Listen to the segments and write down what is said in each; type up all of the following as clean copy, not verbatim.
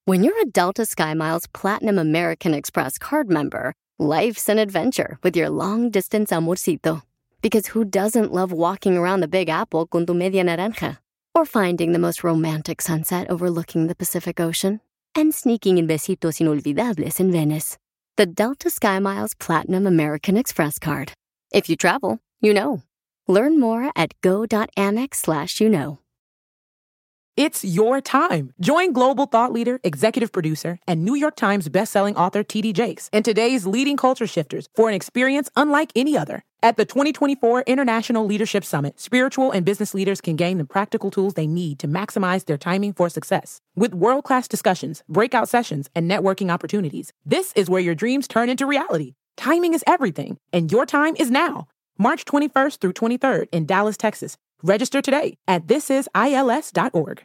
When you're a Delta SkyMiles Platinum American Express card member, life's an adventure with your long-distance amorcito. Because who doesn't love walking around the Big Apple con tu media naranja? Or finding the most romantic sunset overlooking the Pacific Ocean? And sneaking in besitos inolvidables in Venice. The Delta SkyMiles Platinum American Express card. If you travel, you know. Learn more at go.amex/you-know. It's your time. Join global thought leader, executive producer, and New York Times bestselling author T.D. Jakes and today's leading culture shifters for an experience unlike any other. At the 2024 International Leadership Summit, spiritual and business leaders can gain the practical tools they need to maximize their timing for success. With world-class discussions, breakout sessions, and networking opportunities, this is where your dreams turn into reality. Timing is everything, and your time is now. March 21st through 23rd in Dallas, Texas. Register today at thisisils.org.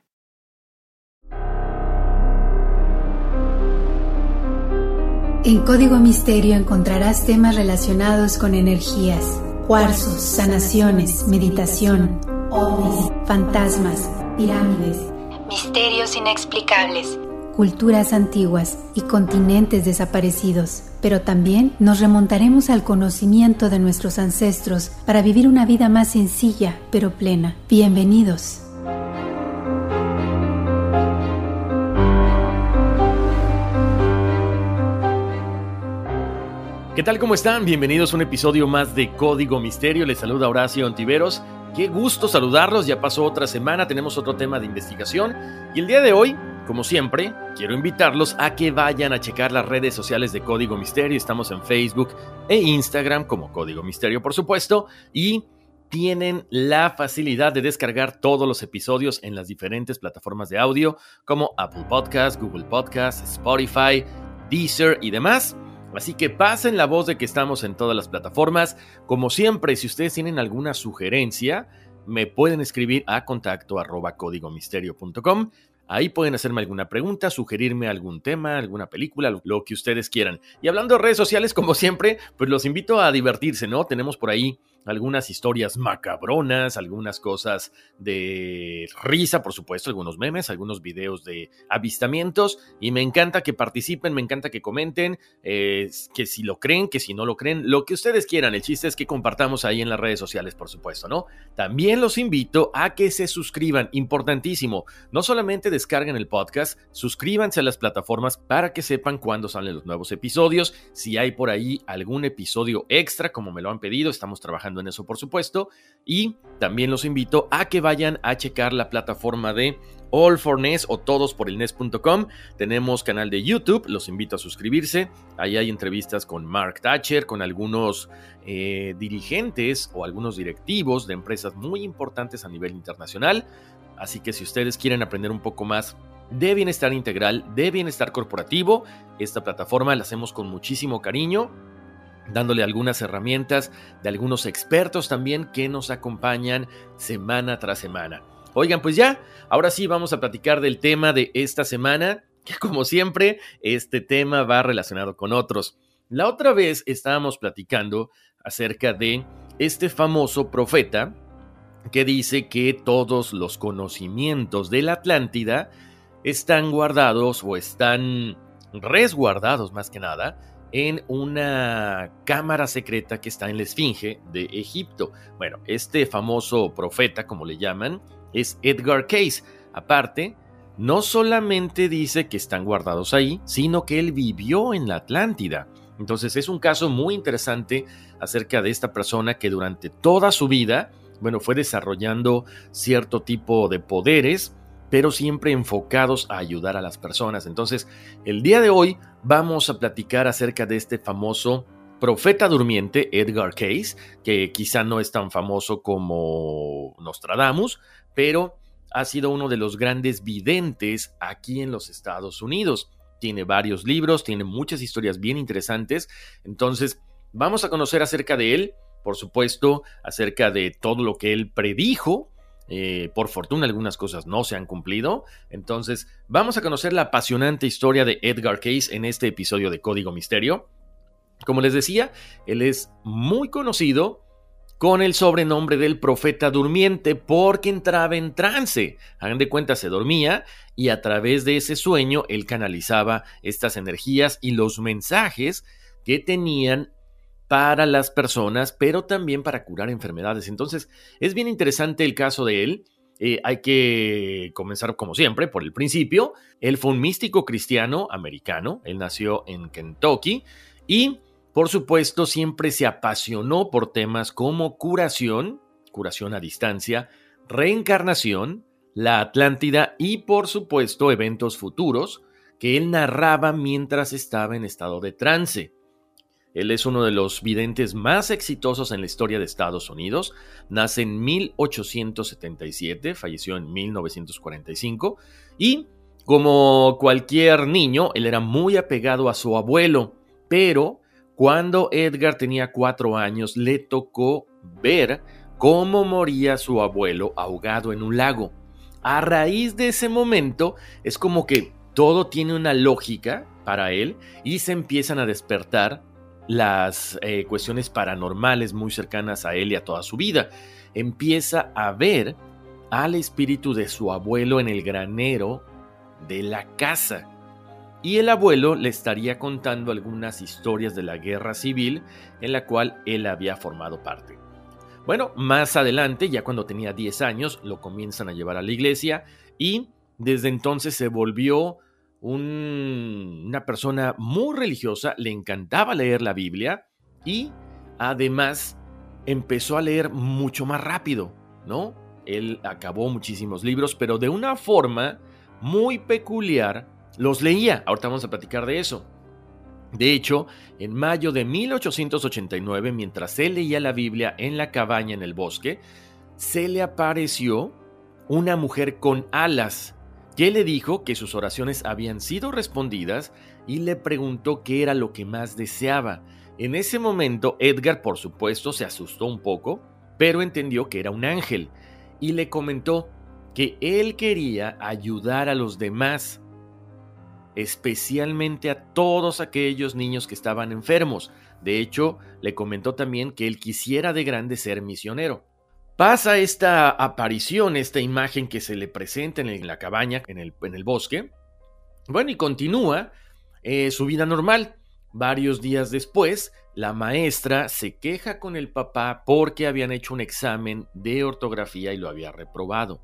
En Código Misterio encontrarás temas relacionados con energías, cuarzos, sanaciones, meditación, ovnis, fantasmas, pirámides, misterios inexplicables, culturas antiguas y continentes desaparecidos. Pero también nos remontaremos al conocimiento de nuestros ancestros para vivir una vida más sencilla, pero plena. Bienvenidos. ¿Qué tal? ¿Cómo están? Bienvenidos a un episodio más de Código Misterio. Les saluda Horacio Ontiveros. Qué gusto saludarlos. Ya pasó otra semana, tenemos otro tema de investigación. Y el día de hoy, como siempre, quiero invitarlos a que vayan a checar las redes sociales de Código Misterio. Estamos en Facebook e Instagram como Código Misterio, por supuesto. Y tienen la facilidad de descargar todos los episodios en las diferentes plataformas de audio como Apple Podcasts, Google Podcasts, Spotify, Deezer y demás. Así que pasen la voz de que estamos en todas las plataformas. Como siempre, si ustedes tienen alguna sugerencia, me pueden escribir a contacto@códigomisterio.com. Ahí pueden hacerme alguna pregunta, sugerirme algún tema, alguna película, lo que ustedes quieran. Y hablando de redes sociales, como siempre, pues los invito a divertirse, ¿no? Tenemos por ahí algunas historias macabronas, algunas cosas de risa, por supuesto, algunos memes, algunos videos de avistamientos. Y me encanta que participen, me encanta que comenten, que si lo creen, que si no lo creen, lo que ustedes quieran. El chiste es que compartamos ahí en las redes sociales, por supuesto, ¿no? También los invito a que se suscriban, importantísimo. No solamente descarguen el podcast, suscríbanse a las plataformas para que sepan cuándo salen los nuevos episodios. Si hay por ahí algún episodio extra, como me lo han pedido, estamos trabajando en eso, por supuesto. Y también los invito a que vayan a checar la plataforma de All4Ness o todosporelnes.com. Tenemos canal de YouTube, los invito a suscribirse. Ahí hay entrevistas con Mark Thatcher, con algunos dirigentes o algunos directivos de empresas muy importantes a nivel internacional. Así que si ustedes quieren aprender un poco más de bienestar integral, de bienestar corporativo, esta plataforma la hacemos con muchísimo cariño, dándole algunas herramientas de algunos expertos también que nos acompañan semana tras semana. Oigan, pues ya, ahora sí vamos a platicar del tema de esta semana, que como siempre, este tema va relacionado con otros. La otra vez estábamos platicando acerca de este famoso profeta que dice que todos los conocimientos de la Atlántida están guardados o están resguardados más que nada en una cámara secreta que está en la Esfinge de Egipto. Bueno, este famoso profeta, como le llaman, es Edgar Cayce. Aparte, no solamente dice que están guardados ahí, sino que él vivió en la Atlántida. Entonces es un caso muy interesante acerca de esta persona que durante toda su vida, bueno, fue desarrollando cierto tipo de poderes, pero siempre enfocados a ayudar a las personas. Entonces, el día de hoy vamos a platicar acerca de este famoso profeta durmiente, Edgar Cayce, que quizá no es tan famoso como Nostradamus, pero ha sido uno de los grandes videntes aquí en los Estados Unidos. Tiene varios libros, tiene muchas historias bien interesantes. Entonces, vamos a conocer acerca de él, por supuesto, acerca de todo lo que él predijo. Por fortuna algunas cosas no se han cumplido. Entonces vamos a conocer la apasionante historia de Edgar Cayce en este episodio de Código Misterio. Como les decía, él es muy conocido con el sobrenombre del profeta durmiente porque entraba en trance. Hagan de cuenta, se dormía y a través de ese sueño él canalizaba estas energías y los mensajes que tenían para las personas, pero también para curar enfermedades. Entonces, es bien interesante el caso de él. Hay que comenzar, como siempre, por el principio. Él fue un místico cristiano americano. Él nació en Kentucky y, por supuesto, siempre se apasionó por temas como curación a distancia, reencarnación, la Atlántida y, por supuesto, eventos futuros que él narraba mientras estaba en estado de trance. Él es uno de los videntes más exitosos en la historia de Estados Unidos. Nace en 1877, falleció en 1945 y, como cualquier niño, él era muy apegado a su abuelo, pero cuando Edgar tenía 4 años le tocó ver cómo moría su abuelo ahogado en un lago. A raíz de ese momento es como que todo tiene una lógica para él y se empiezan a despertar las cuestiones paranormales muy cercanas a él y a toda su vida. Empieza a ver al espíritu de su abuelo en el granero de la casa. Y el abuelo le estaría contando algunas historias de la guerra civil en la cual él había formado parte. Bueno, más adelante, ya cuando tenía 10 años, lo comienzan a llevar a la iglesia y desde entonces se volvió una persona muy religiosa, le encantaba leer la Biblia y además empezó a leer mucho más rápido, ¿no? Él acabó muchísimos libros, pero de una forma muy peculiar los leía. Ahorita vamos a platicar de eso. De hecho, en mayo de 1889, mientras él leía la Biblia en la cabaña en el bosque, se le apareció una mujer con alas que le dijo que sus oraciones habían sido respondidas y le preguntó qué era lo que más deseaba. En ese momento, Edgar, por supuesto, se asustó un poco, pero entendió que era un ángel y le comentó que él quería ayudar a los demás, especialmente a todos aquellos niños que estaban enfermos. De hecho, le comentó también que él quisiera de grande ser misionero. Pasa esta aparición, esta imagen que se le presenta en la cabaña, en el bosque. Bueno, y continúa su vida normal. Varios días después, la maestra se queja con el papá porque habían hecho un examen de ortografía y lo había reprobado.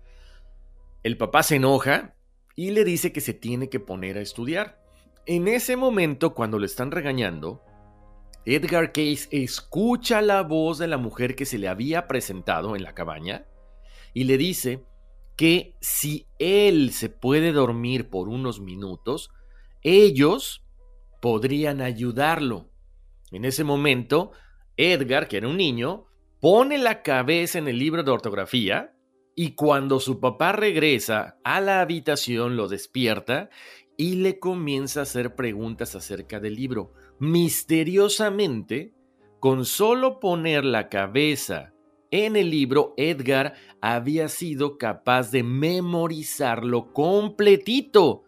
El papá se enoja y le dice que se tiene que poner a estudiar. En ese momento, cuando lo están regañando, Edgar Cayce escucha la voz de la mujer que se le había presentado en la cabaña y le dice que si él se puede dormir por unos minutos, ellos podrían ayudarlo. En ese momento, Edgar, que era un niño, pone la cabeza en el libro de ortografía y cuando su papá regresa a la habitación lo despierta y le comienza a hacer preguntas acerca del libro. Misteriosamente, con solo poner la cabeza en el libro, Edgar había sido capaz de memorizarlo completito.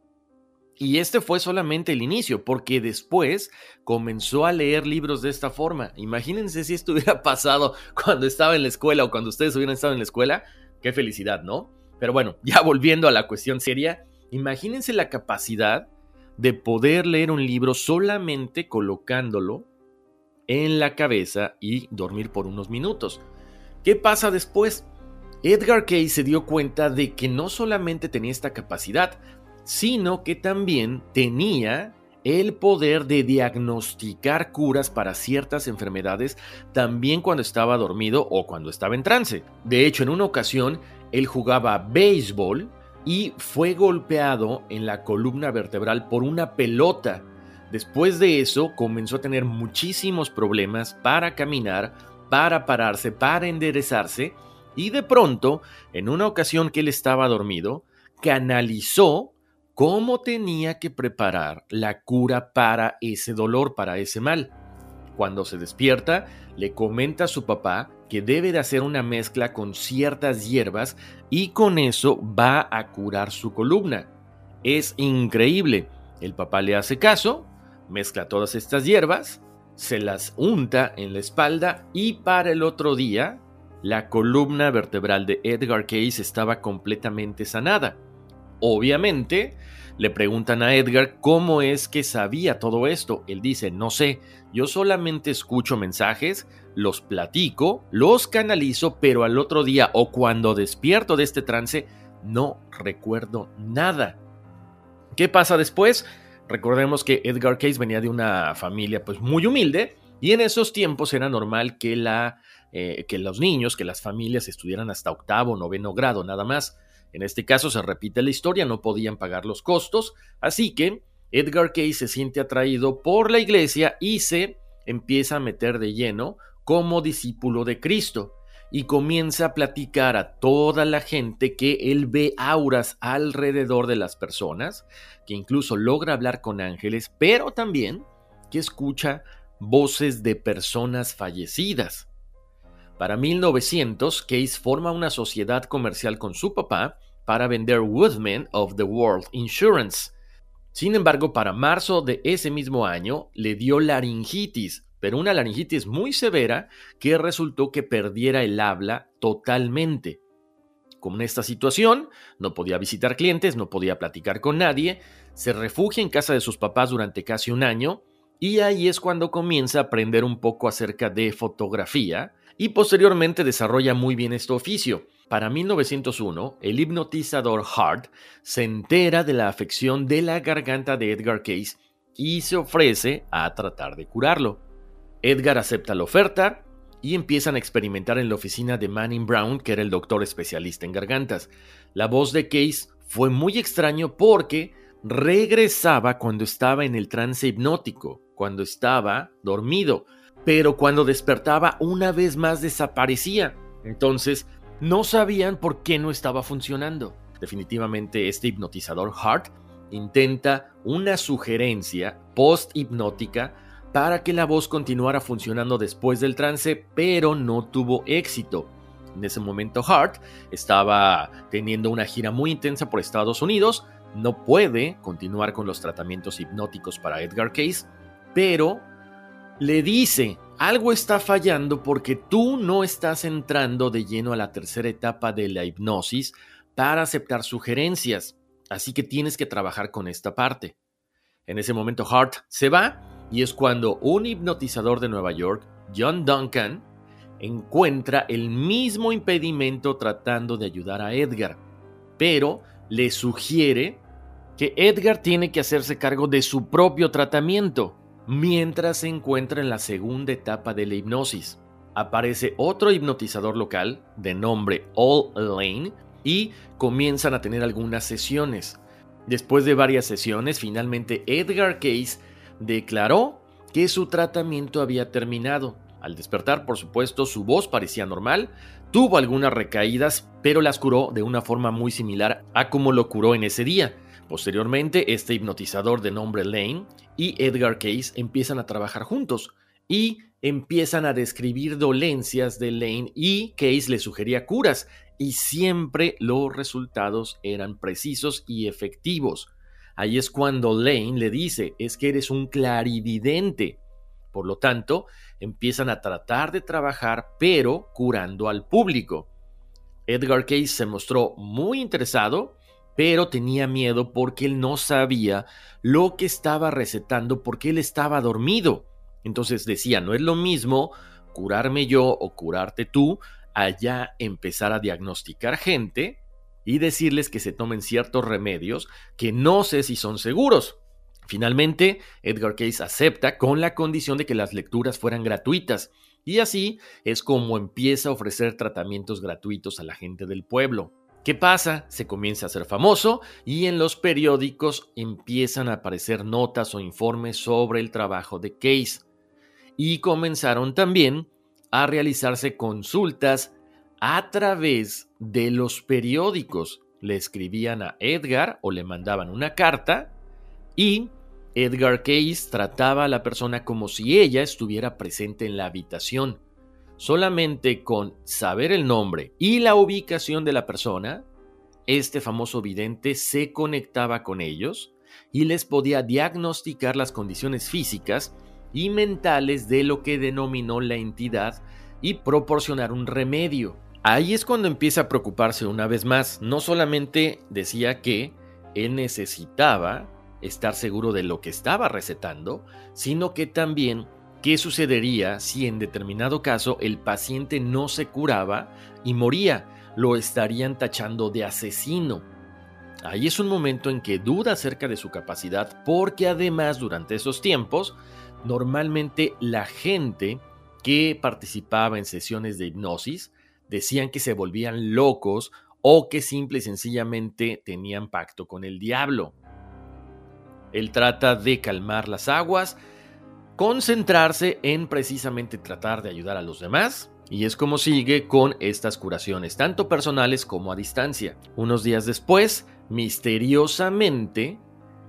Y este fue solamente el inicio, porque después comenzó a leer libros de esta forma. Imagínense si esto hubiera pasado cuando estaba en la escuela o cuando ustedes hubieran estado en la escuela. Qué felicidad, ¿no? Pero bueno, ya volviendo a la cuestión seria, imagínense la capacidad de poder leer un libro solamente colocándolo en la cabeza y dormir por unos minutos. ¿Qué pasa después? Edgar Cayce se dio cuenta de que no solamente tenía esta capacidad, sino que también tenía el poder de diagnosticar curas para ciertas enfermedades también cuando estaba dormido o cuando estaba en trance. De hecho, en una ocasión, él jugaba béisbol y fue golpeado en la columna vertebral por una pelota. Después de eso, comenzó a tener muchísimos problemas para caminar, para pararse, para enderezarse, y de pronto, en una ocasión que él estaba dormido, canalizó cómo tenía que preparar la cura para ese dolor, para ese mal. Cuando se despierta, le comenta a su papá que debe de hacer una mezcla con ciertas hierbas y con eso va a curar su columna. Es increíble. El papá le hace caso, mezcla todas estas hierbas se las unta en la espalda y para el otro día la columna vertebral de Edgar Cayce estaba completamente sanada. Obviamente, le preguntan a Edgar cómo es que sabía todo esto. Él dice, no sé, yo solamente escucho mensajes, los platico, los canalizo, pero al otro día o cuando despierto de este trance, no recuerdo nada. ¿Qué pasa después? Recordemos que Edgar Cayce venía de una familia pues muy humilde y en esos tiempos era normal que los niños, que las familias estudiaran hasta 8º o 9º grado nada más. En este caso se repite la historia, no podían pagar los costos, así que Edgar Cayce se siente atraído por la iglesia y se empieza a meter de lleno como discípulo de Cristo y comienza a platicar a toda la gente que él ve auras alrededor de las personas, que incluso logra hablar con ángeles, pero también que escucha voces de personas fallecidas. Para 1900, Cayce forma una sociedad comercial con su papá para vender Woodmen of the World Insurance. Sin embargo, para marzo de ese mismo año le dio laringitis, pero una laringitis muy severa que resultó que perdiera el habla totalmente. Con esta situación, no podía visitar clientes, no podía platicar con nadie, se refugia en casa de sus papás durante casi un año y ahí es cuando comienza a aprender un poco acerca de fotografía y posteriormente desarrolla muy bien este oficio. Para 1901, el hipnotizador Hart se entera de la afección de la garganta de Edgar Cayce y se ofrece a tratar de curarlo. Edgar acepta la oferta y empiezan a experimentar en la oficina de Manning Brown, que era el doctor especialista en gargantas. La voz de Cayce fue muy extraño porque regresaba cuando estaba en el trance hipnótico, cuando estaba dormido, pero cuando despertaba una vez más desaparecía. Entonces, no sabían por qué no estaba funcionando. Definitivamente este hipnotizador Hart intenta una sugerencia post-hipnótica para que la voz continuara funcionando después del trance, pero no tuvo éxito. En ese momento Hart estaba teniendo una gira muy intensa por Estados Unidos, no puede continuar con los tratamientos hipnóticos para Edgar Cayce, pero le dice, algo está fallando porque tú no estás entrando de lleno a la tercera etapa de la hipnosis para aceptar sugerencias, así que tienes que trabajar con esta parte. En ese momento Hart se va y es cuando un hipnotizador de Nueva York, John Duncan, encuentra el mismo impedimento tratando de ayudar a Edgar, pero le sugiere que Edgar tiene que hacerse cargo de su propio tratamiento mientras se encuentra en la segunda etapa de la hipnosis. Aparece otro hipnotizador local de nombre Al Lane y comienzan a tener algunas sesiones. Después de varias sesiones, finalmente Edgar Cayce declaró que su tratamiento había terminado. Al despertar, por supuesto, su voz parecía normal, tuvo algunas recaídas, pero las curó de una forma muy similar a como lo curó en ese día. Posteriormente, este hipnotizador de nombre Lane y Edgar Cayce empiezan a trabajar juntos y empiezan a describir dolencias de Lane y Cayce le sugería curas y siempre los resultados eran precisos y efectivos. Ahí es cuando Lane le dice, es que eres un clarividente. Por lo tanto, empiezan a tratar de trabajar, pero curando al público. Edgar Cayce se mostró muy interesado, pero tenía miedo porque él no sabía lo que estaba recetando porque él estaba dormido. Entonces decía, no es lo mismo curarme yo o curarte tú, allá empezar a diagnosticar gente y decirles que se tomen ciertos remedios que no sé si son seguros. Finalmente, Edgar Cayce acepta con la condición de que las lecturas fueran gratuitas, y así es como empieza a ofrecer tratamientos gratuitos a la gente del pueblo. ¿Qué pasa? Se comienza a hacer famoso y en los periódicos empiezan a aparecer notas o informes sobre el trabajo de Cayce. Y comenzaron también a realizarse consultas a través de los periódicos. Le escribían a Edgar o le mandaban una carta y Edgar Cayce trataba a la persona como si ella estuviera presente en la habitación. Solamente con saber el nombre y la ubicación de la persona, este famoso vidente se conectaba con ellos y les podía diagnosticar las condiciones físicas y mentales de lo que denominó la entidad y proporcionar un remedio. Ahí es cuando empieza a preocuparse una vez más. No solamente decía que él necesitaba estar seguro de lo que estaba recetando, sino que también qué sucedería si en determinado caso el paciente no se curaba y moría. Lo estarían tachando de asesino. Ahí es un momento en que duda acerca de su capacidad, porque además durante esos tiempos normalmente la gente que participaba en sesiones de hipnosis decían que se volvían locos o que simple y sencillamente tenían pacto con el diablo. Él trata de calmar las aguas, concentrarse en precisamente tratar de ayudar a los demás, y es como sigue con estas curaciones, tanto personales como a distancia. Unos días después, misteriosamente,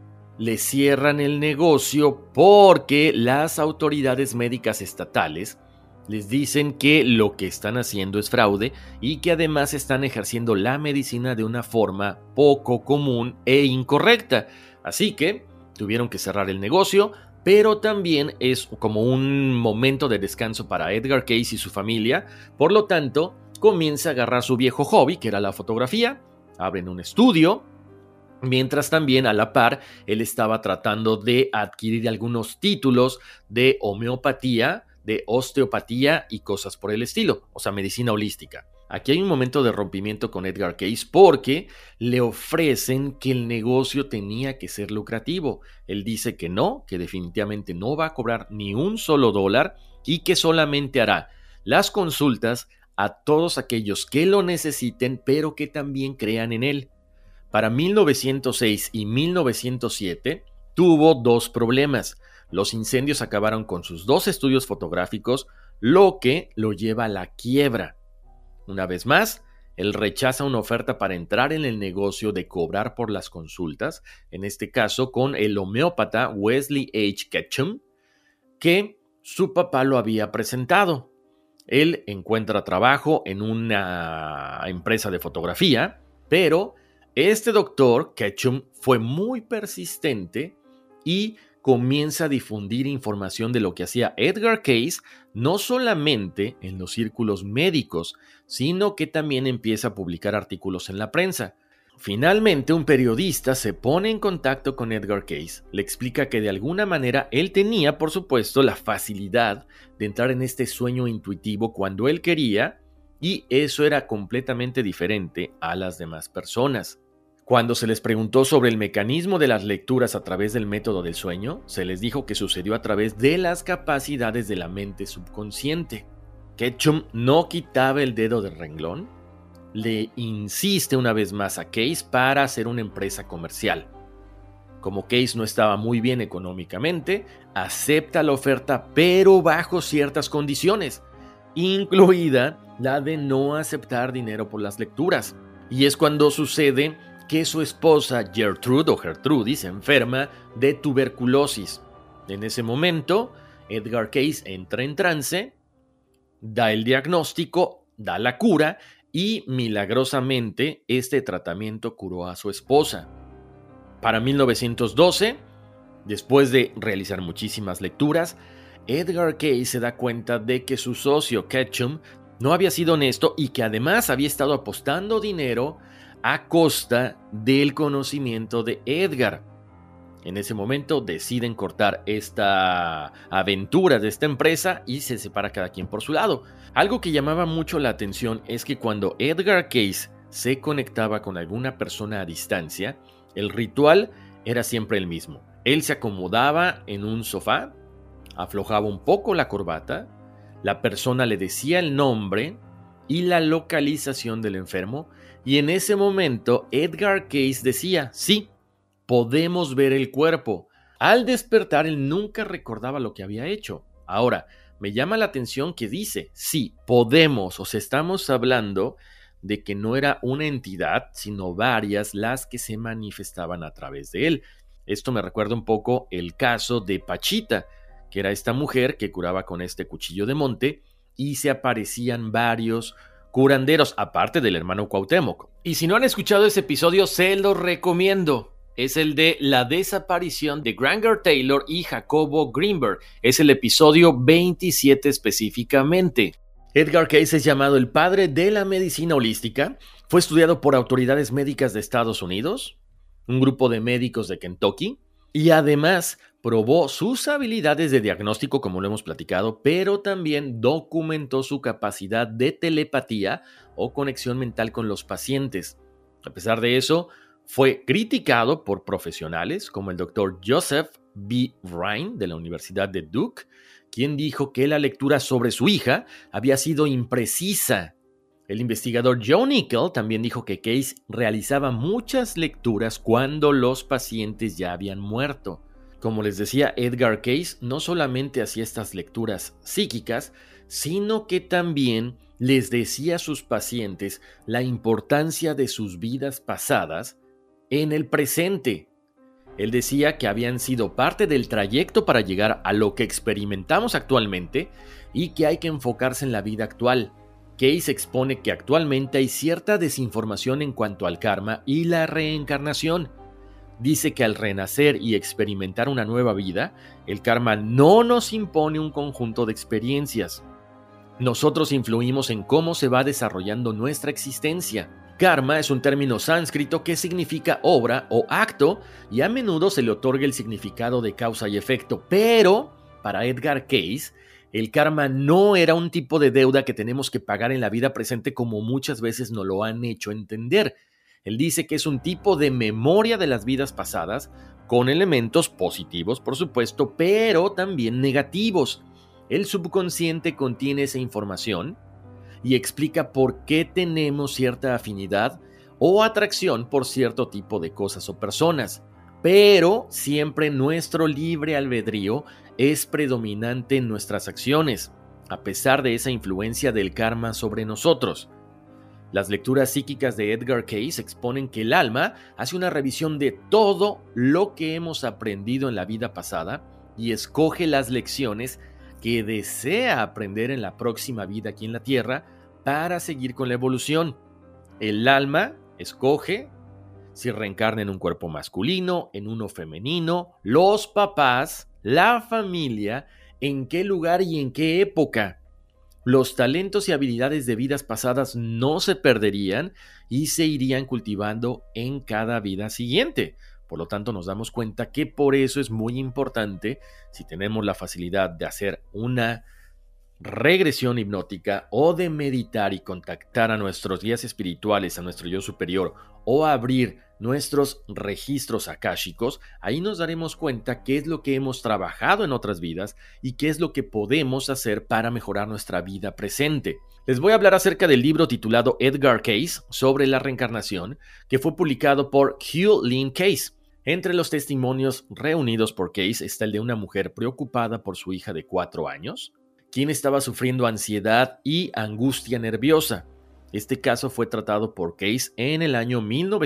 le cierran el negocio porque las autoridades médicas estatales les dicen que lo que están haciendo es fraude y que además están ejerciendo la medicina de una forma poco común e incorrecta. Así que tuvieron que cerrar el negocio, pero también es como un momento de descanso para Edgar Cayce y su familia. Por lo tanto, comienza a agarrar su viejo hobby, que era la fotografía, abren un estudio, mientras también a la par él estaba tratando de adquirir algunos títulos de homeopatía, de osteopatía y cosas por el estilo, o sea, medicina holística. Aquí hay un momento de rompimiento con Edgar Cayce porque le ofrecen que el negocio tenía que ser lucrativo. Él dice que no, que definitivamente no va a cobrar ni un solo dólar y que solamente hará las consultas a todos aquellos que lo necesiten, pero que también crean en él. Para 1906 y 1907 tuvo dos problemas. Los incendios acabaron con sus dos estudios fotográficos, lo que lo lleva a la quiebra. Una vez más, él rechaza una oferta para entrar en el negocio de cobrar por las consultas, en este caso con el homeópata Wesley H. Ketchum, que su papá lo había presentado. Él encuentra trabajo en una empresa de fotografía, pero este doctor Ketchum fue muy persistente y comienza a difundir información de lo que hacía Edgar Cayce, no solamente en los círculos médicos, sino que también empieza a publicar artículos en la prensa. Finalmente, un periodista se pone en contacto con Edgar Cayce, le explica que de alguna manera él tenía, por supuesto, la facilidad de entrar en este sueño intuitivo cuando él quería, y eso era completamente diferente a las demás personas. Cuando se les preguntó sobre el mecanismo de las lecturas a través del método del sueño, se les dijo que sucedió a través de las capacidades de la mente subconsciente. Ketchum no quitaba el dedo del renglón, le insiste una vez más a Cayce para hacer una empresa comercial. Como Cayce no estaba muy bien económicamente, acepta la oferta, pero bajo ciertas condiciones, incluida la de no aceptar dinero por las lecturas. Y es cuando sucede que su esposa Gertrude o Gertrudis se enferma de tuberculosis. En ese momento, Edgar Cayce entra en trance, da el diagnóstico, da la cura y milagrosamente este tratamiento curó a su esposa. Para 1912, después de realizar muchísimas lecturas, Edgar Cayce se da cuenta de que su socio Ketchum no había sido honesto y que además había estado apostando dinero a costa del conocimiento de Edgar. En ese momento deciden cortar esta aventura de esta empresa y se separa cada quien por su lado. Algo que llamaba mucho la atención es que cuando Edgar Cayce se conectaba con alguna persona a distancia, el ritual era siempre el mismo. Él se acomodaba en un sofá, aflojaba un poco la corbata, la persona le decía el nombre y la localización del enfermo, y en ese momento Edgar Cayce decía, sí, podemos ver el cuerpo. Al despertar él nunca recordaba lo que había hecho. Ahora, me llama la atención que dice, sí, podemos, o sea, estamos hablando de que no era una entidad, sino varias las que se manifestaban a través de él. Esto me recuerda un poco el caso de Pachita, que era esta mujer que curaba con este cuchillo de monte, y se aparecían varios curanderos, aparte del hermano Cuauhtémoc. Y si no han escuchado ese episodio, se los recomiendo. es el de la desaparición de Granger Taylor y Jacobo Greenberg. Es el episodio 27 específicamente. Edgar Cayce es llamado el padre de la medicina holística. Fue estudiado por autoridades médicas de Estados Unidos, un grupo de médicos de Kentucky, y además probó sus habilidades de diagnóstico, como lo hemos platicado, pero también documentó su capacidad de telepatía o conexión mental con los pacientes. A pesar de eso, fue criticado por profesionales como el Dr. Joseph B. Rhine de la Universidad de Duke, quien dijo que la lectura sobre su hija había sido imprecisa. El investigador Joe Nickel también dijo que Cayce realizaba muchas lecturas cuando los pacientes ya habían muerto. Como les decía, Edgar Cayce no solamente hacía estas lecturas psíquicas, sino que también les decía a sus pacientes la importancia de sus vidas pasadas en el presente. Él decía que habían sido parte del trayecto para llegar a lo que experimentamos actualmente y que hay que enfocarse en la vida actual. Cayce expone que actualmente hay cierta desinformación en cuanto al karma y la reencarnación. Dice que al renacer y experimentar una nueva vida, el karma no nos impone un conjunto de experiencias. Nosotros influimos en cómo se va desarrollando nuestra existencia. Karma es un término sánscrito que significa obra o acto y a menudo se le otorga el significado de causa y efecto, pero para Edgar Cayce, el karma no era un tipo de deuda que tenemos que pagar en la vida presente como muchas veces nos lo han hecho entender. Él dice que es un tipo de memoria de las vidas pasadas con elementos positivos, por supuesto, pero también negativos. El subconsciente contiene esa información y explica por qué tenemos cierta afinidad o atracción por cierto tipo de cosas o personas, pero siempre nuestro libre albedrío es predominante en nuestras acciones, a pesar de esa influencia del karma sobre nosotros. Las lecturas psíquicas de Edgar Cayce exponen que el alma hace una revisión de todo lo que hemos aprendido en la vida pasada y escoge las lecciones que desea aprender en la próxima vida aquí en la Tierra para seguir con la evolución. El alma escoge si reencarna en un cuerpo masculino, en uno femenino, los papás, la familia, en qué lugar y en qué época. Los talentos y habilidades de vidas pasadas no se perderían y se irían cultivando en cada vida siguiente. Por lo tanto, nos damos cuenta que por eso es muy importante, si tenemos la facilidad de hacer una regresión hipnótica o de meditar y contactar a nuestros guías espirituales, a nuestro yo superior o abrir nuestros registros akáshicos, ahí nos daremos cuenta qué es lo que hemos trabajado en otras vidas y qué es lo que podemos hacer para mejorar nuestra vida presente. Les voy a hablar acerca del libro titulado Edgar Cayce sobre la reencarnación, que fue publicado por Hugh Lynn Cayce. Entre los testimonios reunidos por Cayce está el de una mujer preocupada por su hija de 4 años, quien estaba sufriendo ansiedad y angustia nerviosa. Este caso fue tratado por Cayce en el año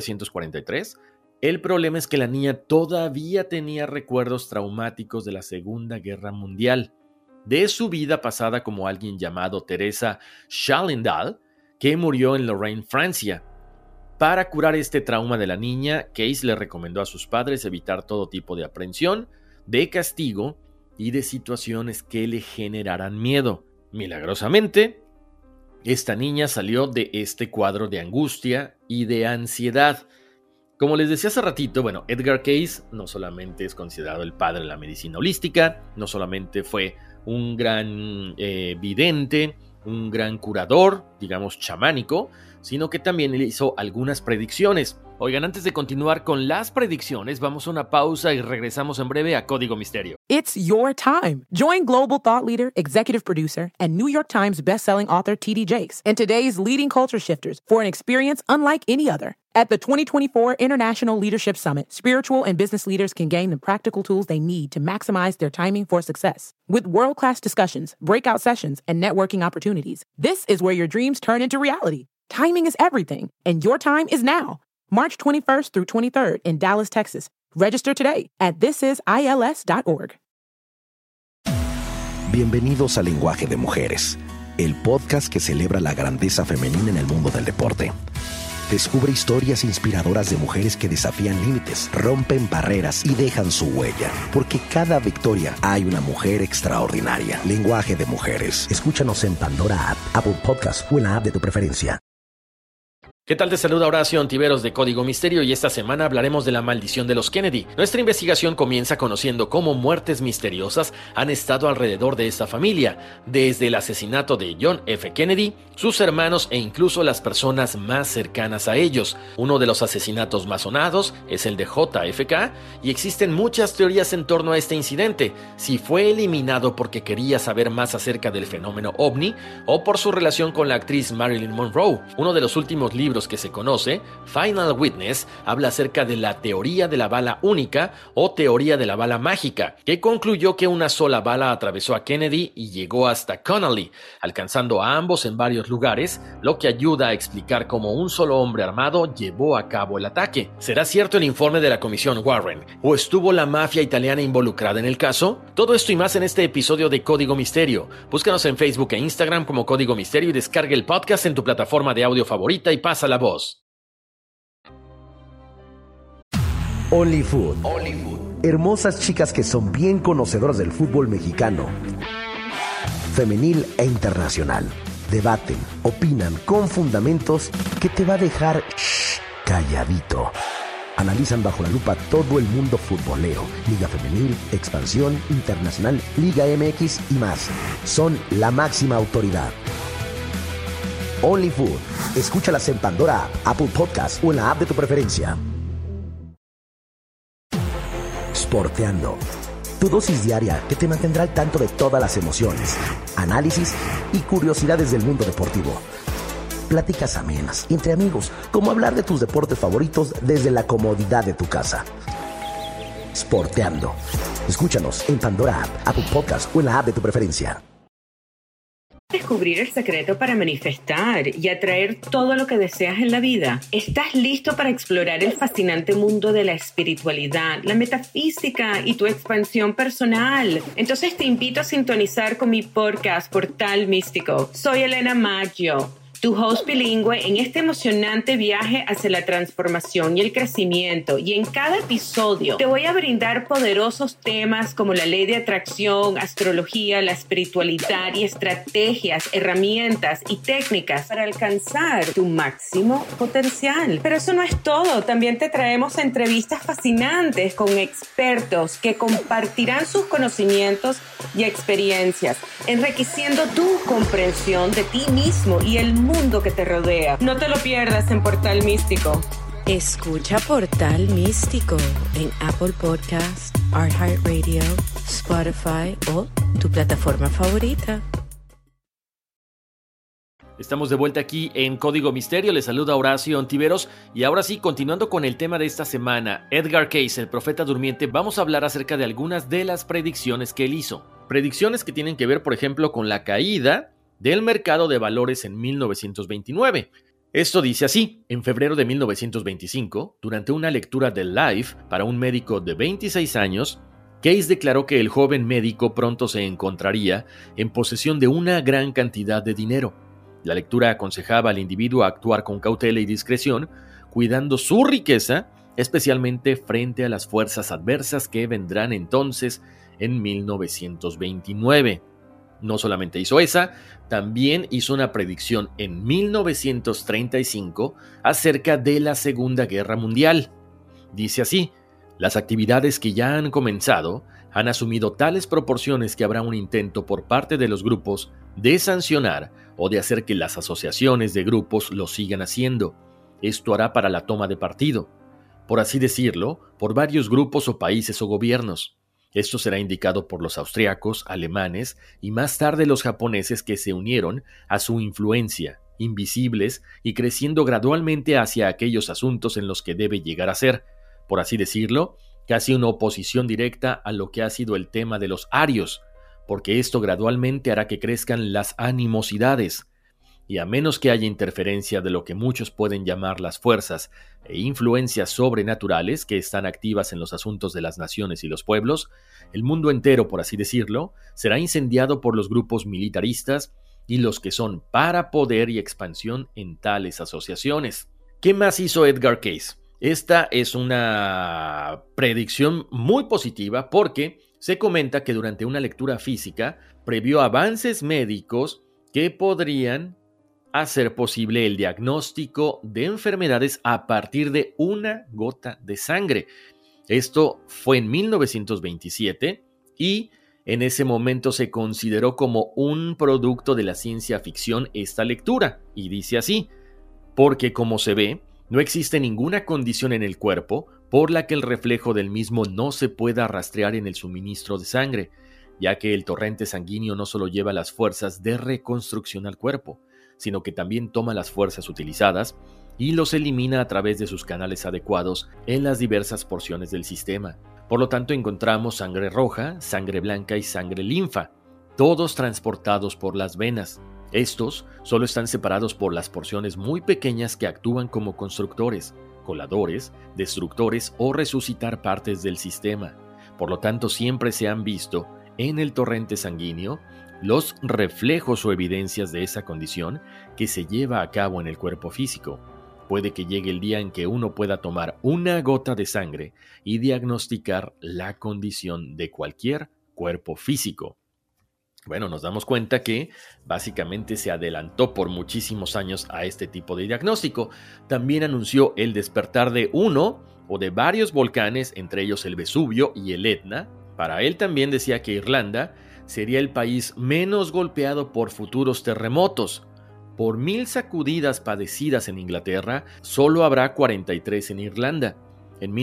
1943. El problema es que la niña todavía tenía recuerdos traumáticos de la Segunda Guerra Mundial, de su vida pasada como alguien llamado Teresa Chalendal, que murió en Lorraine, Francia. Para curar este trauma de la niña, Cayce le recomendó a sus padres evitar todo tipo de aprensión, de castigo y de situaciones que le generaran miedo. Milagrosamente, esta niña salió de este cuadro de angustia y de ansiedad. Como les decía hace ratito, Edgar Cayce no solamente es considerado el padre de la medicina holística, no solamente fue un gran vidente, un gran curador, digamos chamánico, sino que también hizo algunas predicciones. Oigan, antes de continuar con las predicciones, vamos a una pausa y regresamos en breve a Código Misterio. It's your time. Join global thought leader, executive producer, and New York Times bestselling author T.D. Jakes and today's leading culture shifters for an experience unlike any other. At the 2024 International Leadership Summit, spiritual and business leaders can gain the practical tools they need to maximize their timing for success. With world-class discussions, breakout sessions, and networking opportunities, this is where your dreams turn into reality. Timing is everything, and your time is now. March 21st through 23rd in Dallas, Texas. Register today at thisisils.org. Bienvenidos a Lenguaje de Mujeres, el podcast que celebra la grandeza femenina en el mundo del deporte. Descubre historias inspiradoras de mujeres que desafían límites, rompen barreras y dejan su huella. Porque cada victoria hay una mujer extraordinaria. Lenguaje de Mujeres. Escúchanos en Pandora App, Apple Podcast o en la app de tu preferencia. ¿Qué tal? Te saluda Horacio Ontiveros de Código Misterio y esta semana hablaremos de la maldición de los Kennedy. Nuestra investigación comienza conociendo cómo muertes misteriosas han estado alrededor de esta familia, desde el asesinato de John F. Kennedy, sus hermanos e incluso las personas más cercanas a ellos. Uno de los asesinatos más sonados es el de JFK y existen muchas teorías en torno a este incidente, si fue eliminado porque quería saber más acerca del fenómeno ovni o por su relación con la actriz Marilyn Monroe. Uno de los últimos libros que se conoce, Final Witness, habla acerca de la teoría de la bala única o teoría de la bala mágica, que concluyó que una sola bala atravesó a Kennedy y llegó hasta Connally, alcanzando a ambos en varios lugares, lo que ayuda a explicar cómo un solo hombre armado llevó a cabo el ataque. ¿Será cierto el informe de la Comisión Warren? ¿O estuvo la mafia italiana involucrada en el caso? Todo esto y más en este episodio de Código Misterio. Búscanos en Facebook e Instagram como Código Misterio y descarga el podcast en tu plataforma de audio favorita y pasa la voz. OnlyFood. Hermosas chicas que son bien conocedoras del fútbol mexicano, femenil e internacional. Debaten, opinan con fundamentos que te va a dejar calladito. Analizan bajo la lupa todo el mundo futbolero, Liga Femenil, Expansión, Internacional, Liga MX y más. Son la máxima autoridad. OnlyFood. Escúchalas en Pandora, Apple Podcast o en la app de tu preferencia. Sporteando. Tu dosis diaria que te mantendrá al tanto de todas las emociones, análisis y curiosidades del mundo deportivo. Pláticas amenas entre amigos, como hablar de tus deportes favoritos desde la comodidad de tu casa. Sporteando. Escúchanos en Pandora App, Apple Podcast o en la app de tu preferencia. Descubrir el secreto para manifestar y atraer todo lo que deseas en la vida. ¿Estás listo para explorar el fascinante mundo de la espiritualidad, la metafísica y tu expansión personal? Entonces te invito a sintonizar con mi podcast Portal Místico. Soy Elena Maggio, tu host bilingüe en este emocionante viaje hacia la transformación y el crecimiento. Y en cada episodio te voy a brindar poderosos temas como la ley de atracción, astrología, la espiritualidad y estrategias, herramientas y técnicas para alcanzar tu máximo potencial. Pero eso no es todo. También te traemos entrevistas fascinantes con expertos que compartirán sus conocimientos y experiencias, enriqueciendo tu comprensión de ti mismo y el mundo que te rodea. No te lo pierdas en Portal Místico. Escucha Portal Místico en Apple Podcast, iHeartRadio, Spotify o tu plataforma favorita. Estamos de vuelta aquí en Código Misterio, les saluda Horacio Ontiveros y ahora sí, continuando con el tema de esta semana, Edgar Cayce, el profeta durmiente, vamos a hablar acerca de algunas de las predicciones que él hizo. Predicciones que tienen que ver, por ejemplo, con la caída del mercado de valores en 1929. Esto dice así: en febrero de 1925, durante una lectura de Life para un médico de 26 años, Cayce declaró que el joven médico pronto se encontraría en posesión de una gran cantidad de dinero. La lectura aconsejaba al individuo a actuar con cautela y discreción, cuidando su riqueza, especialmente frente a las fuerzas adversas que vendrán entonces en 1929. No solamente hizo esa, también hizo una predicción en 1935 acerca de la Segunda Guerra Mundial. Dice así: las actividades que ya han comenzado han asumido tales proporciones que habrá un intento por parte de los grupos de sancionar o de hacer que las asociaciones de grupos lo sigan haciendo. Esto hará para la toma de partido, por así decirlo, por varios grupos o países o gobiernos. Esto será indicado por los austriacos, alemanes y más tarde los japoneses que se unieron a su influencia, invisibles y creciendo gradualmente hacia aquellos asuntos en los que debe llegar a ser, por así decirlo, casi una oposición directa a lo que ha sido el tema de los arios, porque esto gradualmente hará que crezcan las animosidades, y a menos que haya interferencia de lo que muchos pueden llamar las fuerzas e influencias sobrenaturales que están activas en los asuntos de las naciones y los pueblos, el mundo entero, por así decirlo, será incendiado por los grupos militaristas y los que son para poder y expansión en tales asociaciones. ¿Qué más hizo Edgar Cayce? Esta es una predicción muy positiva porque se comenta que durante una lectura física previó avances médicos que podrían hacer posible el diagnóstico de enfermedades a partir de una gota de sangre. Esto fue en 1927 y en ese momento se consideró como un producto de la ciencia ficción esta lectura, y dice así: porque como se ve, no existe ninguna condición en el cuerpo por la que el reflejo del mismo no se pueda rastrear en el suministro de sangre, ya que el torrente sanguíneo no solo lleva las fuerzas de reconstrucción al cuerpo, sino que también toma las fuerzas utilizadas y los elimina a través de sus canales adecuados en las diversas porciones del sistema. Por lo tanto, encontramos sangre roja, sangre blanca y sangre linfa, todos transportados por las venas. Estos solo están separados por las porciones muy pequeñas que actúan como constructores, coladores, destructores o resucitar partes del sistema. Por lo tanto, siempre se han visto en el torrente sanguíneo los reflejos o evidencias de esa condición que se lleva a cabo en el cuerpo físico. Puede que llegue el día en que uno pueda tomar una gota de sangre y diagnosticar la condición de cualquier cuerpo físico. Bueno, nos damos cuenta que básicamente se adelantó por muchísimos años a este tipo de diagnóstico. También anunció el despertar de uno o de varios volcanes, entre ellos el Vesubio y el Etna. Para él también decía que Irlanda sería el país menos golpeado por futuros terremotos. Por 1000 sacudidas padecidas en Inglaterra, solo habrá 43 en Irlanda. En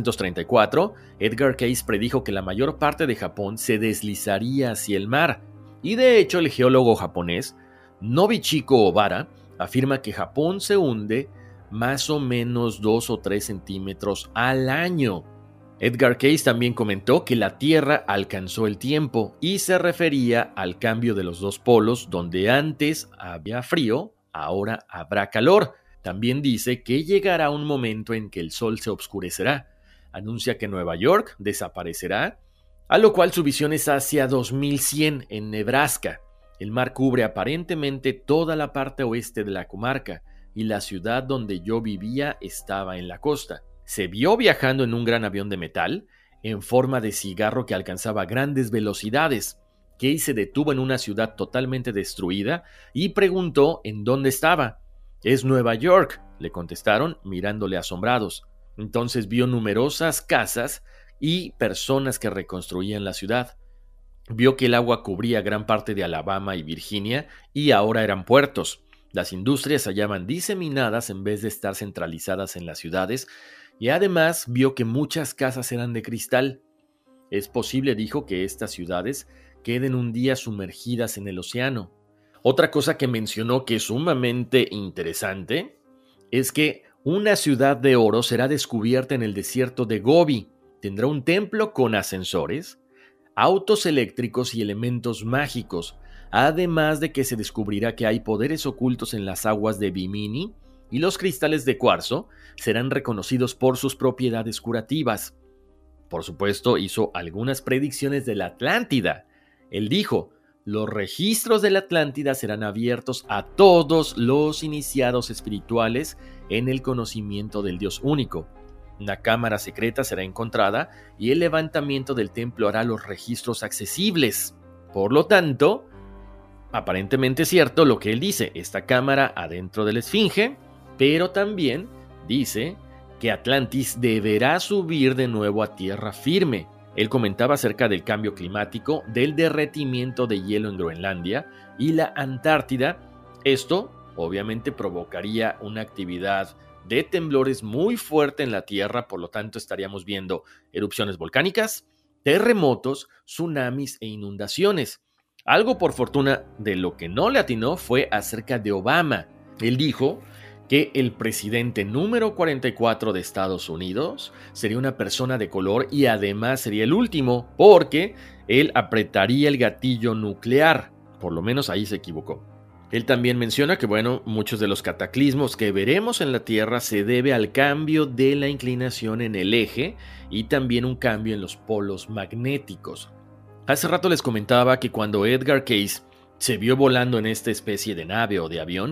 1934, Edgar Cayce predijo que la mayor parte de Japón se deslizaría hacia el mar. Y de hecho, el geólogo japonés Nobuchiko Obara afirma que Japón se hunde más o menos 2 o 3 centímetros al año. Edgar Cayce también comentó que la Tierra alcanzó el tiempo y se refería al cambio de los dos polos, donde antes había frío, ahora habrá calor. También dice que llegará un momento en que el sol se oscurecerá. Anuncia que Nueva York desaparecerá, a lo cual su visión es hacia 2100 en Nebraska. El mar cubre aparentemente toda la parte oeste de la comarca y la ciudad donde yo vivía estaba en la costa. Se vio viajando en un gran avión de metal en forma de cigarro que alcanzaba grandes velocidades. Cayce se detuvo en una ciudad totalmente destruida y preguntó en dónde estaba. «Es Nueva York», le contestaron mirándole asombrados. Entonces vio numerosas casas y personas que reconstruían la ciudad. Vio que el agua cubría gran parte de Alabama y Virginia y ahora eran puertos. Las industrias se hallaban diseminadas en vez de estar centralizadas en las ciudades, y además vio que muchas casas eran de cristal. Es posible, dijo, que estas ciudades queden un día sumergidas en el océano. Otra cosa que mencionó que es sumamente interesante es que una ciudad de oro será descubierta en el desierto de Gobi. Tendrá un templo con ascensores, autos eléctricos y elementos mágicos, además de que se descubrirá que hay poderes ocultos en las aguas de Bimini y los cristales de cuarzo serán reconocidos por sus propiedades curativas. Por supuesto, hizo algunas predicciones de la Atlántida. Él dijo: los registros de la Atlántida serán abiertos a todos los iniciados espirituales en el conocimiento del Dios único. Una cámara secreta será encontrada y el levantamiento del templo hará los registros accesibles. Por lo tanto, aparentemente es cierto lo que él dice, esta cámara adentro de la Esfinge, pero también dice que Atlantis deberá subir de nuevo a tierra firme. Él comentaba acerca del cambio climático, del derretimiento de hielo en Groenlandia y la Antártida. Esto obviamente provocaría una actividad de temblores muy fuerte en la Tierra, por lo tanto estaríamos viendo erupciones volcánicas, terremotos, tsunamis e inundaciones. Algo por fortuna de lo que no le atinó fue acerca de Obama. Él dijo que el presidente número 44 de Estados Unidos sería una persona de color y además sería el último, porque él apretaría el gatillo nuclear. Por lo menos ahí se equivocó. Él también menciona que, muchos de los cataclismos que veremos en la Tierra se debe al cambio de la inclinación en el eje y también un cambio en los polos magnéticos. Hace rato les comentaba que cuando Edgar Cayce se vio volando en esta especie de nave o de avión,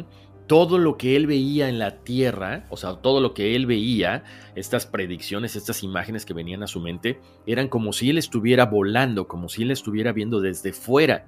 todo lo que él veía en la tierra, o sea, todo lo que él veía, estas predicciones, estas imágenes que venían a su mente, eran como si él estuviera volando, como si él estuviera viendo desde fuera.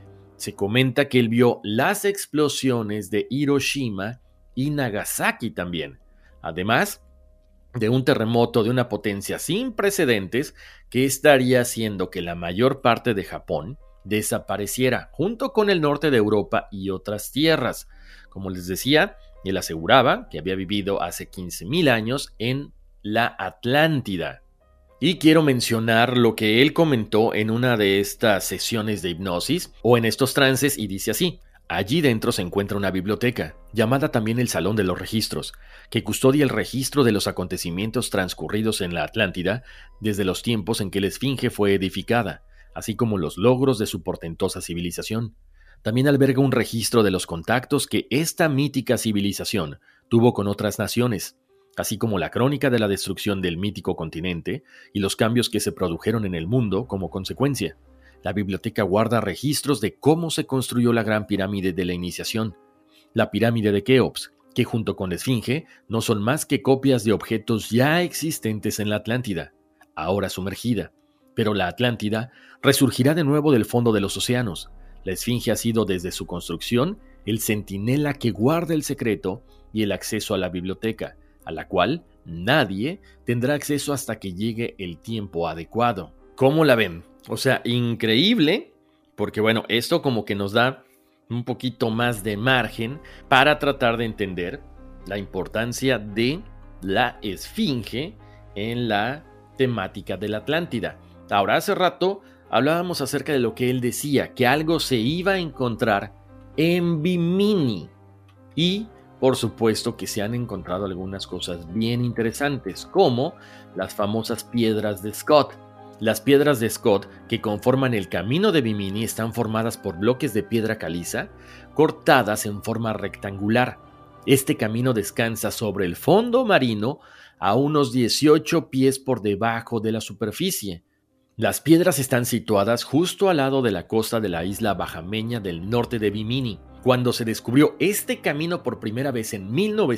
Se comenta que él vio las explosiones de Hiroshima y Nagasaki también, además de un terremoto de una potencia sin precedentes que estaría haciendo que la mayor parte de Japón desapareciera, junto con el norte de Europa y otras tierras. Como les decía, él aseguraba que había vivido hace 15,000 años en la Atlántida. Y quiero mencionar lo que él comentó en una de estas sesiones de hipnosis o en estos trances, y dice así: allí dentro se encuentra una biblioteca, llamada también el Salón de los Registros, que custodia el registro de los acontecimientos transcurridos en la Atlántida desde los tiempos en que la Esfinge fue edificada, así como los logros de su portentosa civilización. También alberga un registro de los contactos que esta mítica civilización tuvo con otras naciones, así como la crónica de la destrucción del mítico continente y los cambios que se produjeron en el mundo como consecuencia. La biblioteca guarda registros de cómo se construyó la Gran Pirámide de la Iniciación, la Pirámide de Keops, que junto con la Esfinge no son más que copias de objetos ya existentes en la Atlántida, ahora sumergida. Pero la Atlántida resurgirá de nuevo del fondo de los océanos. La Esfinge ha sido desde su construcción el centinela que guarda el secreto y el acceso a la biblioteca, a la cual nadie tendrá acceso hasta que llegue el tiempo adecuado. ¿Cómo la ven? O sea, increíble, porque bueno, esto como que nos da un poquito más de margen para tratar de entender la importancia de la Esfinge en la temática de la Atlántida. Ahora, hace rato hablábamos acerca de lo que él decía, que algo se iba a encontrar en Bimini. Y, por supuesto, que se han encontrado algunas cosas bien interesantes, como las famosas piedras de Scott. Las piedras de Scott, que conforman el camino de Bimini, están formadas por bloques de piedra caliza, cortadas en forma rectangular. Este camino descansa sobre el fondo marino a unos 18 pies por debajo de la superficie. Las piedras están situadas justo al lado de la costa de la isla bahameña del norte de Bimini. Cuando se descubrió este camino por primera vez en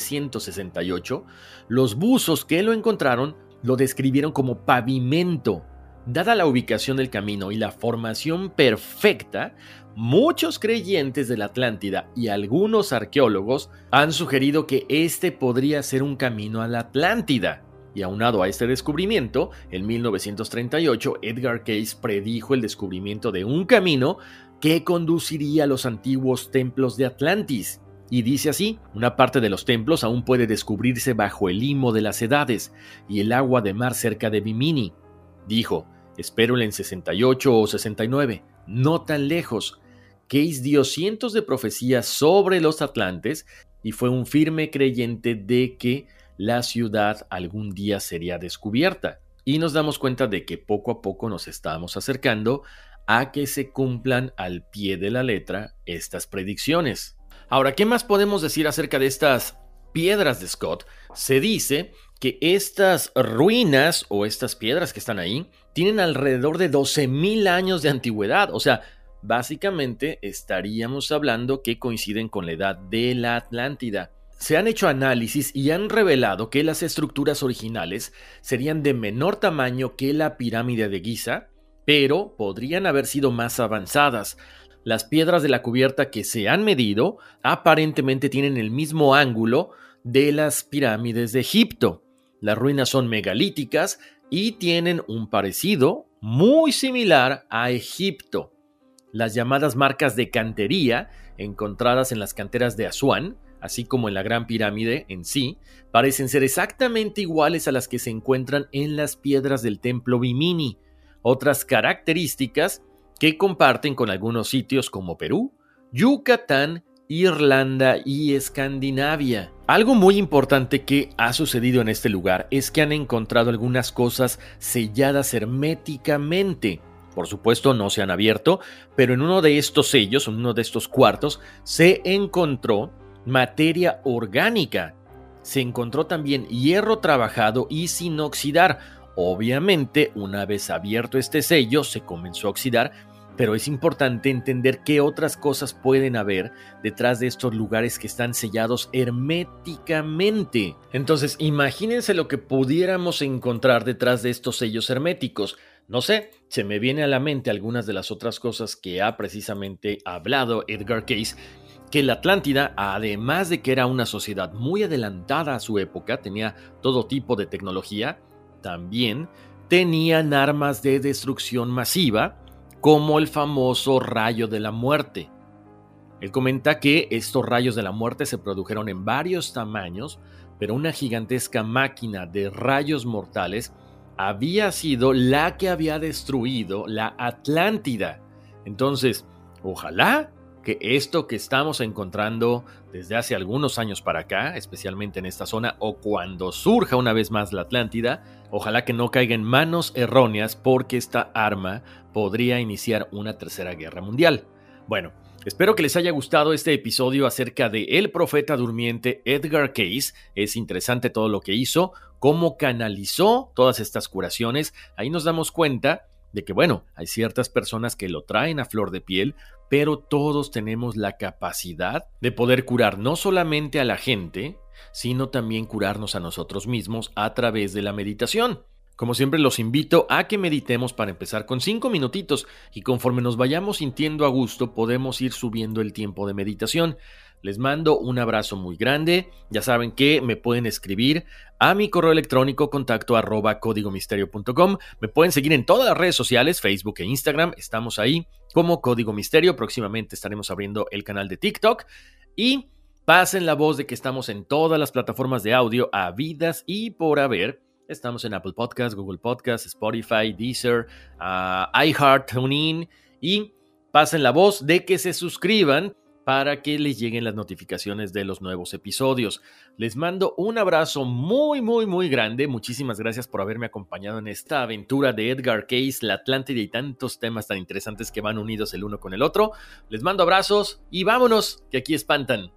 1968, los buzos que lo encontraron lo describieron como pavimento. Dada la ubicación del camino y la formación perfecta, muchos creyentes de la Atlántida y algunos arqueólogos han sugerido que este podría ser un camino a la Atlántida. Y aunado a este descubrimiento, en 1938 Edgar Cayce predijo el descubrimiento de un camino que conduciría a los antiguos templos de Atlantis. Y dice así: una parte de los templos aún puede descubrirse bajo el limo de las edades y el agua de mar cerca de Bimini. Dijo: espero en 68 o 69, no tan lejos. Cayce dio cientos de profecías sobre los atlantes y fue un firme creyente de que la ciudad algún día sería descubierta. Y nos damos cuenta de que poco a poco nos estamos acercando a que se cumplan al pie de la letra estas predicciones. Ahora, ¿qué más podemos decir acerca de estas piedras de Scott? Se dice que estas ruinas o estas piedras que están ahí tienen alrededor de 12,000 años de antigüedad. O sea, básicamente estaríamos hablando que coinciden con la edad de la Atlántida. Se han hecho análisis y han revelado que las estructuras originales serían de menor tamaño que la pirámide de Giza, pero podrían haber sido más avanzadas. Las piedras de la cubierta que se han medido aparentemente tienen el mismo ángulo de las pirámides de Egipto. Las ruinas son megalíticas y tienen un parecido muy similar a Egipto. Las llamadas marcas de cantería, encontradas en las canteras de Asuán, así como en la Gran Pirámide en sí, parecen ser exactamente iguales a las que se encuentran en las piedras del templo Bimini. Otras características que comparten con algunos sitios como Perú, Yucatán, Irlanda y Escandinavia. Algo muy importante que ha sucedido en este lugar es que han encontrado algunas cosas selladas herméticamente. Por supuesto no se han abierto, pero en uno de estos sellos, en uno de estos cuartos, se encontró materia orgánica. Se encontró también hierro trabajado y sin oxidar. Obviamente, una vez abierto este sello, se comenzó a oxidar pero es importante entender qué otras cosas pueden haber detrás de estos lugares que están sellados herméticamente. Entonces, imagínense lo que pudiéramos encontrar detrás de estos sellos herméticos. No sé, se me viene a la mente algunas de las otras cosas que ha precisamente hablado Edgar Cayce, que la Atlántida, además de que era una sociedad muy adelantada a su época, tenía todo tipo de tecnología, también tenían armas de destrucción masiva, como el famoso rayo de la muerte. Él comenta que estos rayos de la muerte se produjeron en varios tamaños, pero una gigantesca máquina de rayos mortales había sido la que había destruido la Atlántida. Entonces, ojalá que esto que estamos encontrando desde hace algunos años para acá, especialmente en esta zona, o cuando surja una vez más la Atlántida, ojalá que no caiga en manos erróneas, porque esta arma podría iniciar una tercera guerra mundial. Bueno, espero que les haya gustado este episodio acerca de el profeta durmiente Edgar Cayce. Es interesante todo lo que hizo, cómo canalizó todas estas curaciones. Ahí nos damos cuenta de que, bueno, hay ciertas personas que lo traen a flor de piel, pero todos tenemos la capacidad de poder curar no solamente a la gente, sino también curarnos a nosotros mismos a través de la meditación. Como siempre, los invito a que meditemos para empezar con 5 minutitos, y conforme nos vayamos sintiendo a gusto, podemos ir subiendo el tiempo de meditación. Les mando un abrazo muy grande. Ya saben que me pueden escribir a mi correo electrónico contacto@códigomisterio.com. Me pueden seguir en todas las redes sociales, Facebook e Instagram. Estamos ahí como Código Misterio. Próximamente estaremos abriendo el canal de TikTok. Y pasen la voz de que estamos en todas las plataformas de audio habidas y por haber. Estamos en Apple Podcasts, Google Podcasts, Spotify, Deezer, iHeart, TuneIn. Y pasen la voz de que se suscriban para que les lleguen las notificaciones de los nuevos episodios. Les mando un abrazo muy, muy, muy grande. Muchísimas gracias por haberme acompañado en esta aventura de Edgar Cayce, la Atlántida y tantos temas tan interesantes que van unidos el uno con el otro. Les mando abrazos y vámonos, que aquí espantan.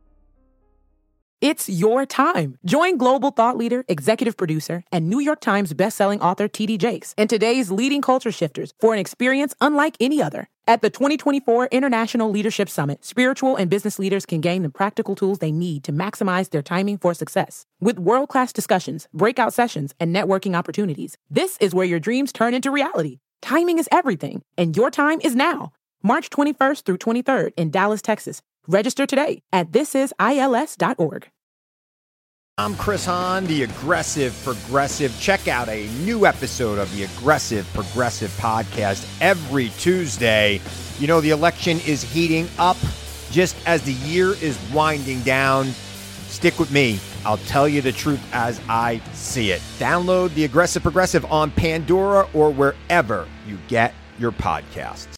It's your time. Join global thought leader, executive producer, and New York Times bestselling author T.D. Jakes and today's leading culture shifters for an experience unlike any other. At the 2024 International Leadership Summit, spiritual and business leaders can gain the practical tools they need to maximize their timing for success. With world-class discussions, breakout sessions, and networking opportunities, this is where your dreams turn into reality. Timing is everything, and your time is now. March 21st through 23rd in Dallas, Texas. Register today at thisisils.org. I'm Chris Hahn, the Aggressive Progressive. Check out a new episode of the Aggressive Progressive podcast every Tuesday. You know, the election is heating up just as the year is winding down. Stick with me. I'll tell you the truth as I see it. Download the Aggressive Progressive on Pandora or wherever you get your podcasts.